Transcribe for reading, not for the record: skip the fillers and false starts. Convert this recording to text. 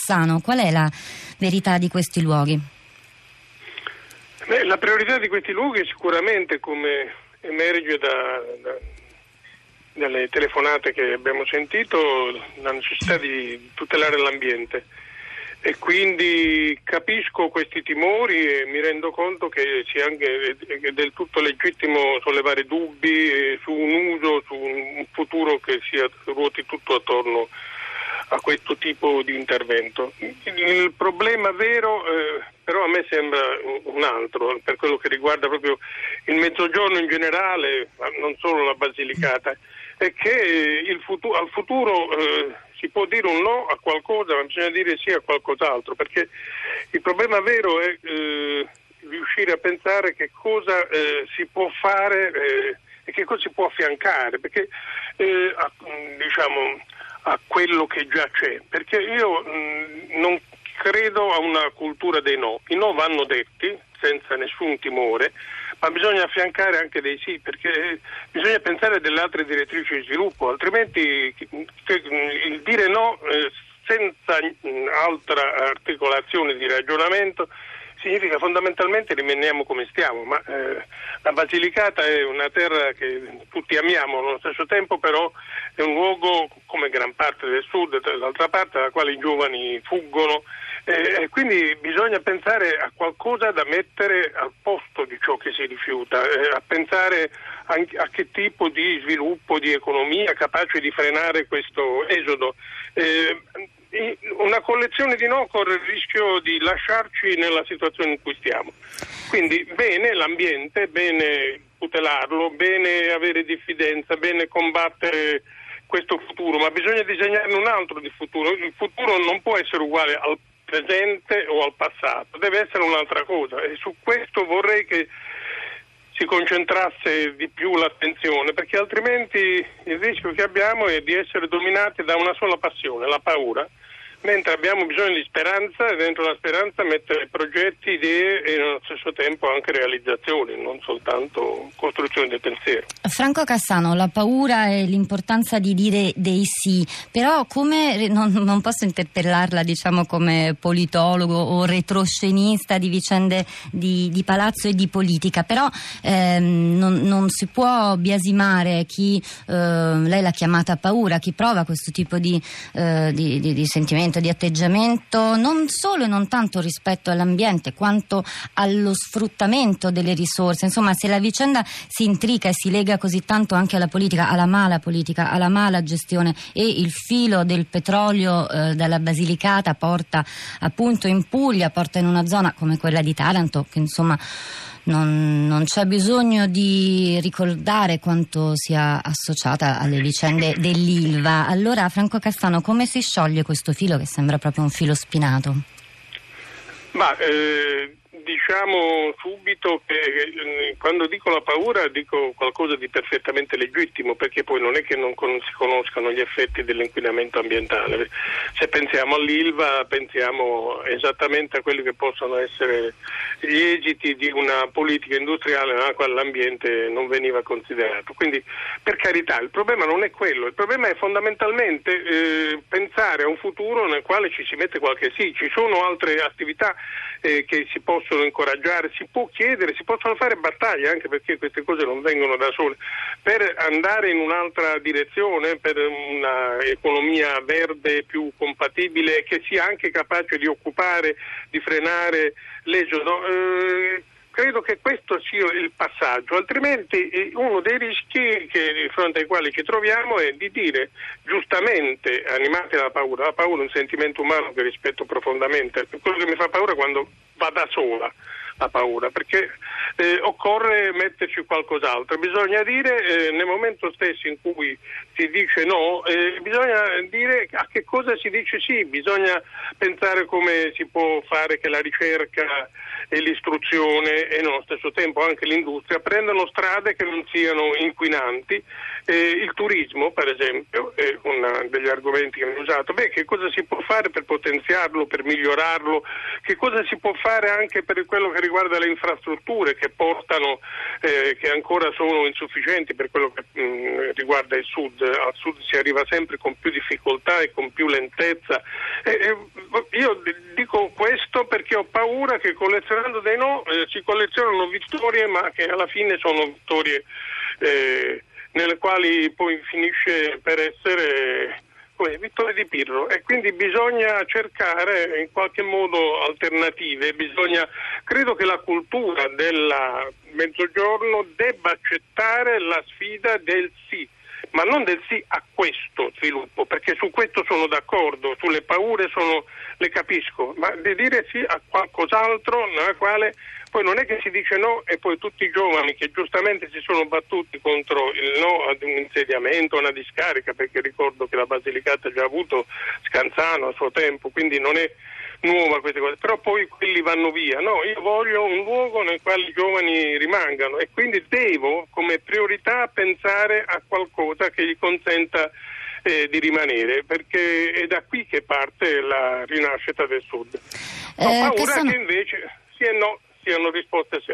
Cassano, qual è la verità di questi luoghi? La priorità di questi luoghi è sicuramente, come emerge dalle telefonate che abbiamo sentito, la necessità di tutelare l'ambiente. E quindi capisco questi timori e mi rendo conto che sia anche del tutto legittimo sollevare dubbi su un uso, su un futuro che ruoti tutto attorno a questo tipo di intervento. Il problema vero però a me sembra un altro, per quello che riguarda proprio il Mezzogiorno in generale, ma non solo la Basilicata, è che al futuro si può dire un no a qualcosa, ma bisogna dire sì a qualcos'altro, perché il problema vero è riuscire a pensare che cosa si può fare e che cosa si può affiancare, perché a quello che già c'è, perché io non credo a una cultura dei no. I no vanno detti senza nessun timore, ma bisogna affiancare anche dei sì, perché bisogna pensare a delle altre direttrici di sviluppo, altrimenti il dire no senza altra articolazione di ragionamento significa fondamentalmente rimaniamo come stiamo, ma la Basilicata è una terra che tutti amiamo, allo stesso tempo però è un luogo, come gran parte del sud, dall'altra parte, dalla quale i giovani fuggono, quindi bisogna pensare a qualcosa da mettere al posto di ciò che si rifiuta, a pensare a che tipo di sviluppo, di economia capace di frenare questo esodo. Una collezione di no corre il rischio di lasciarci nella situazione in cui stiamo. Quindi bene l'ambiente, bene tutelarlo, bene avere diffidenza, bene combattere questo futuro, ma bisogna disegnarne un altro di futuro. Il futuro non può essere uguale al presente o al passato, deve essere un'altra cosa, e su questo vorrei che si concentrasse di più l'attenzione, perché altrimenti il rischio che abbiamo è di essere dominati da una sola passione, la paura, mentre abbiamo bisogno di speranza e dentro la speranza mettere progetti, idee e nello stesso tempo anche realizzazioni, non soltanto costruzione del pensiero. Franco Cassano, la paura e l'importanza di dire dei sì, però come non posso interpellarla come politologo o retroscenista di vicende di palazzo e di politica, però non si può biasimare chi lei l'ha chiamata paura, chi prova questo tipo di sentimento, di atteggiamento, non solo e non tanto rispetto all'ambiente quanto allo sfruttamento delle risorse. Insomma, se la vicenda si intrica e si lega così tanto anche alla politica, alla mala gestione, e il filo del petrolio dalla Basilicata porta appunto in Puglia, porta in una zona come quella di Taranto, che insomma non c'è bisogno di ricordare quanto sia associata alle vicende dell'Ilva. Allora, Franco Cassano, come si scioglie questo filo che sembra proprio un filo spinato? Diciamo subito che quando dico la paura dico qualcosa di perfettamente legittimo, perché poi non è che non si conoscano gli effetti dell'inquinamento ambientale. Se pensiamo all'Ilva pensiamo esattamente a quelli che possono essere gli esiti di una politica industriale nella quale l'ambiente non veniva considerato. Quindi, per carità, il problema non è quello, il problema è fondamentalmente pensare a un futuro nel quale ci si mette qualche sì. Ci sono altre attività che si possono incoraggiare, si può chiedere, si possono fare battaglie, anche perché queste cose non vengono da sole, per andare in un'altra direzione, per una economia verde più compatibile, che sia anche capace di occupare, di frenare l'esodo. Credo che questo sia il passaggio, altrimenti uno dei rischi di fronte ai quali ci troviamo è di dire, giustamente, animati dalla paura. La paura è un sentimento umano che rispetto profondamente. Quello che mi fa paura è quando va da sola la paura, perché occorre metterci qualcos'altro. Bisogna dire nel momento stesso in cui si dice no, bisogna dire a che cosa si dice sì, bisogna pensare come si può fare che la ricerca e l'istruzione e nello stesso tempo anche l'industria prendano strade che non siano inquinanti. Il turismo, per esempio, è uno degli argomenti che hanno usato. Che cosa si può fare per potenziarlo, per migliorarlo? Che cosa si può fare anche per quello che riguarda le infrastrutture che portano, che ancora sono insufficienti per quello che riguarda il sud. Al sud si arriva sempre con più difficoltà e con più lentezza. Io io dico questo perché ho paura che collezionando dei no si collezionano vittorie, ma che alla fine sono vittorie nelle quali poi finisce per essere vittorie di Pirro, e quindi bisogna cercare in qualche modo alternative. Credo che la cultura del Mezzogiorno debba accettare la sfida del sì, ma non del sì a questo sviluppo, perché su questo sono d'accordo, sulle paure le capisco, ma di dire sì a qualcos'altro nella quale poi non è che si dice no e poi tutti i giovani che giustamente si sono battuti contro il no ad un insediamento, una discarica, perché ricordo che la Basilicata ha già avuto Scanzano a suo tempo, quindi non è nuova queste cose, però poi quelli vanno via. No, io voglio un luogo nel quale i giovani rimangano, e quindi devo come priorità pensare a qualcosa che gli consenta di rimanere, perché è da qui che parte la rinascita del Sud. Ho paura che invece sì e no siano risposte